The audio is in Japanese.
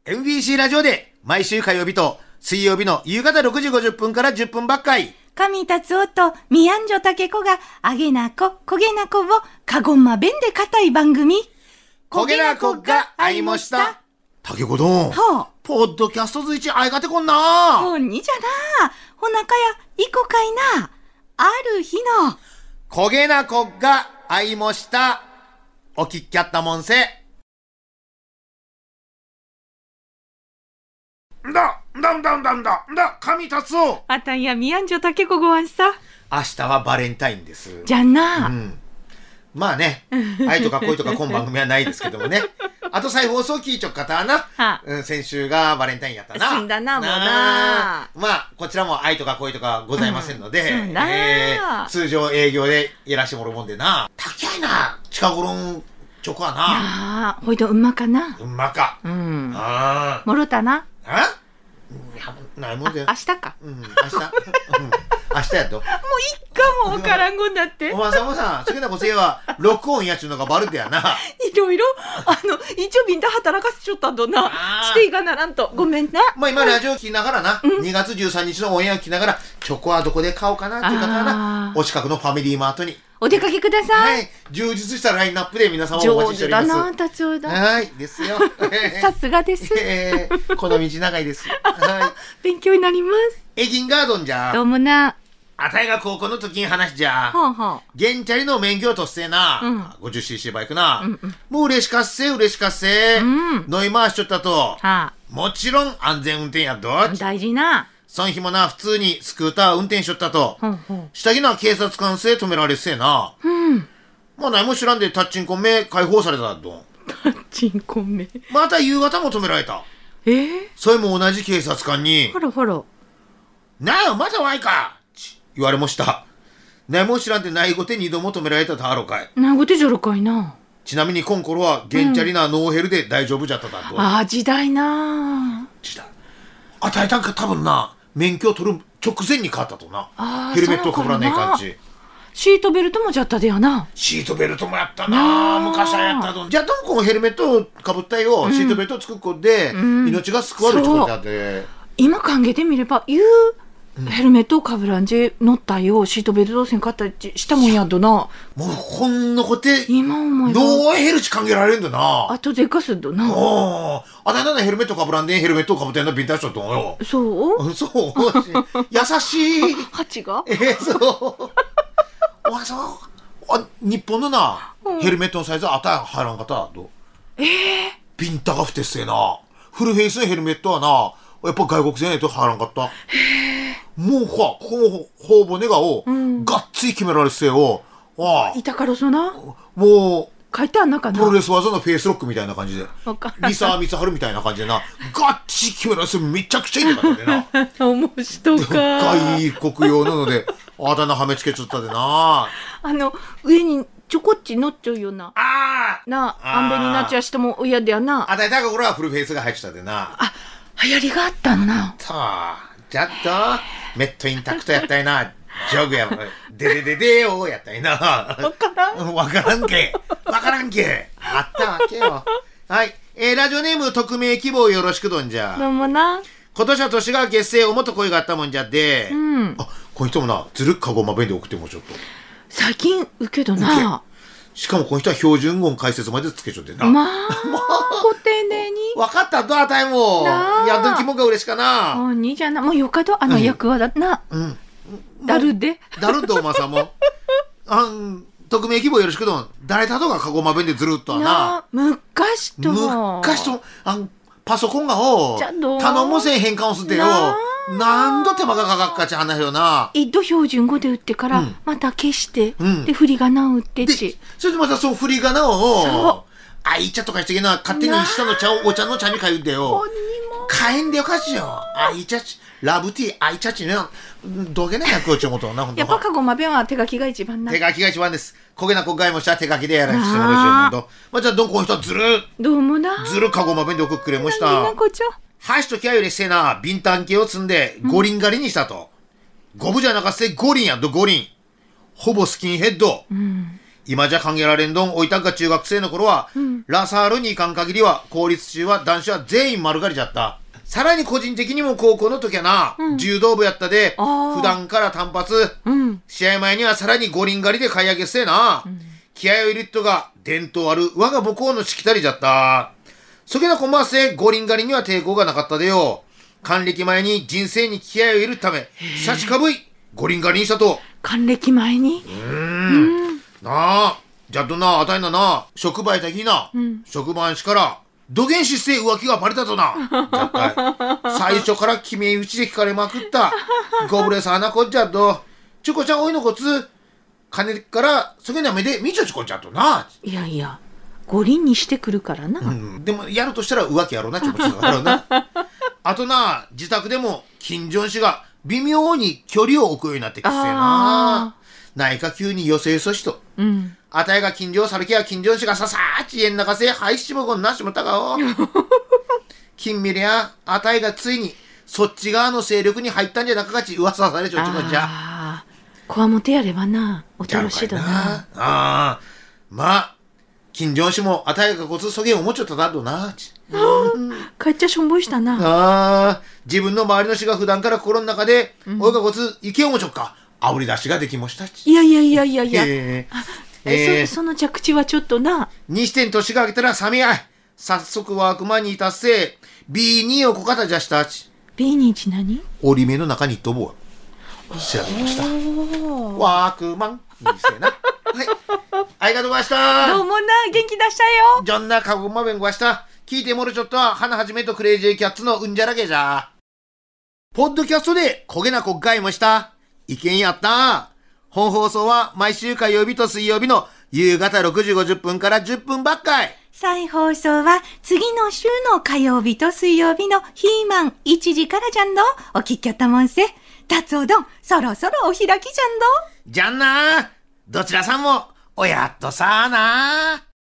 MBC ラジオで毎週火曜日と水曜日の夕方6時50分から10分ばっかり。 上達夫と宮んじょたけこがあげなこ、こげなこをかごんま弁で固い番組。 こげなこが会いました。たけこどん。 はあ。 ポッドキャストずいち会いがてこんな。 ほんにじゃな。ほなかや、いこかいな。ある日の。 こげなこが会いました。お聞きやったもんせ。んだ、神達夫。 あたんや宮んじょたけこごわんさ。 明日はバレンタインです。 じゃな。 まあね、愛とか恋とか今番組はないですけどもね。あと再放送聞いちょっかたな。先週がバレンタインやったな。 死んだな、もうな。 まあ、こちらも愛とか恋とかございませんので、通常営業でやらしてもらうもんでな。高いな、近頃んチョコはな。 ああ、ほいとうんまかな。 うんまか。 もろたな。 ないもんで。 明日か。 明日。明日やと。 もう一回もわからんごんだって。 お前さんもさ、好きなこと言えば、録音やっちゅうのがバルでやな。 いろいろ、一応みんな働かせちゃったんだな。していかならんと。ごめんな。 まあ今ラジオ聞きながらな、2月13日のオンエア聞きながら、チョコはどこで買おうかなっていう方はな、お近くのファミリーマートに。 お出かけください。 はい。充実したラインナップで皆様をお待ちしております。 上手だな、達夫だ。 はい。ですよ。 さすがです。 この道長いです。はい。 勉強になります。 エギンガードンじゃ。 どうもな。 あたいが高校の時に話じゃ。ゲンチャリの免許を取っせな。50cc バイクな。もう嬉しかっせ。乗り回しちょったと。もちろん安全運転やど。 大事な。 その日もな、普通にスクーター運転しとったと。下着な警察官せ止められっせな。まあ何も知らんでタッチンコン目解放されたと。 タッチンコン目。 また夕方も止められた。それも同じ警察官に。 ほら。 なあ、まだわいか言われました。何も知らんでないごて2度も止められたとあろかい。 なごてじゃろかいな。 ちなみに今頃はゲンチャリなノーヘルで大丈夫じゃっただと。 ああ、時代な。 時代。あたいたんか多分な。免許を取る直前に変わったとな。ヘルメットをかぶらねえ感じ。 シートベルトもじゃったでやな。 シートベルトもやったな。昔はやったと。じゃあどんこヘルメットをかぶったよ。シートベルトを作っこで、命が救われることやで。 今考えてみれば、ヘルメットをかぶらんじ乗ったよ。シートベルトせんかったりしたもんやんどな。もうほんのこて、 今思えば。 ノーヘルチ考えられるんだな。 あとでかすんだな。 あたいなんだヘルメットかぶらんでヘルメットをかぶってんのビンターショットよ。 そう優しい。 蜂がそう。お前さ、日本のな、ヘルメットのサイズあたい入らんかったど。ビンタが不適正な。フルフェイスのヘルメットはな、やっぱ外国製ないと入らんかった。もうここ頬骨ががっつり決められるせよ。 いたからそな。 もう、 書いてあんなかな。 プロレス技のフェイスロックみたいな感じで。リサー・ミツハルみたいな感じでな。がっちり決められるめちゃくちゃいいんだからねな。 面白か。 外国用なので、あだ名はめつけちゃったでな。 上にちょこっち乗っちゃうよな。なあ、アンベになっちゃう人も嫌だよな。 あたいだからこれはフルフェイスが入っちゃったでな。 流行りがあったんな。 じゃっと、メットインタクトやったいな。ジョグや、でよやったいな。わからんけ。あったわけよ。はい。ラジオネーム匿名希望よろしくどんじゃ。 どうもな。 今年は年が月星おもと恋があったもんじゃで。この人もな、ずるっかごま弁で送ってもちょっと。 最近、受けどな。 しかもこの人は標準語解説までつけちゃってな。 まあ、ご丁寧に。 わかったとあたいも。やっと気もが嬉しかな。 もうにじゃな。もうよかと、役はだな。だるで。 だるとおまさんも。匿名希望よろしくどん。誰だとかかごま弁でずるっとはな。 昔と。 パソコンが頼もせん変換をすってよ。何度手間がかかっかち話よな。 一度標準語で打ってから、また消して、で、振り仮名を打ってち。 それでまたその振り仮名を、あい茶とかしてけな、勝手に下の茶をお茶の茶に変えるんだよ。変えんでよかしよ。あい茶ち、ラブティー、あい茶ちね。どげな役をちょもとな。 やっぱかごま弁は手書きが一番な。 手書きが一番です。焦げな国外もした手書きでやらせてもらうしよ。まあじゃあどんこの人はずる。 どうもな。 ずるかごま弁で送ってくれました。箸と気合よりせな、ビンタン系を積んで、五輪狩りにしたと。五分じゃなかせ五輪やど五輪。ほぼスキンヘッド。 今じゃ考えられんどんおいたんが中学生の頃は、ラサールに行かん限りは公立中は男子は全員丸刈りじゃった。さらに個人的にも高校の時はな、柔道部やったで、普段から単発、試合前にはさらに五輪狩りで買い上げせえな、気合を入れっとが伝統ある我が母校のしきたりじゃった。そげなこませ五輪狩りには抵抗がなかったでよ。還暦前に人生に気合を入れるため、シャチかぶい五輪狩りにしたと。 還暦前になあ、じゃっとな、あたいなな、職場へたきな、職場んしから、土下しして浮気がバレたとな。じゃったい。最初から決め打ちで聞かれまくった。ごぶれさなこっちゃっと、ちょこちゃんおいのこつ、金からそげな目で見ちょちょこっちゃっとな。 いやいや、五輪にしてくるからな。 でもやるとしたら浮気やろうな、ちょこちょこやろうな。あとな、自宅でも、金正恩氏が微妙に距離を置くようになってきてな。内科急に寄せそしと。あたいが金城さるきや金城氏がささーち家ん中せはいしもこんなしもたがお。金見りゃあたいがついにそっち側の勢力に入ったんじゃなかかち噂されちょっちこんじゃ。 こわもてやればな、おとろしだな。 まあ金城氏もあたいがこつそげん思っちゃっただろうな。 かっちゃしょんぼいしたな。 自分の周りの氏が普段から心の中で、おいがこつ意見をもちょっかあぶり出しができましたち。 いやいやいやいやいや、その着地はちょっとな。 にしてん年が明けたらさみやい。早速ワークマンに達成 B2 をこかたじゃしたち。 B2 って何？ 折り目の中に飛ぼう調べました。ワークマンにしてな。はい、ありがとうございました。 どうもな、元気出したよ。 じゃんなかごまべんごわした。聞いてもらちょっとは花はじめとクレイジーキャッツのうんじゃらけじゃ。ポッドキャストで焦げな国会もした意見やった。本放送は毎週火曜日と水曜日の夕方6時50分から10分ばっかい。 再放送は次の週の火曜日と水曜日のヒーマン1時からじゃんど。お聞きやったもんせ。達おどん、そろそろお開きじゃんど。 じゃんな。どちらさんも、おやっとさあな。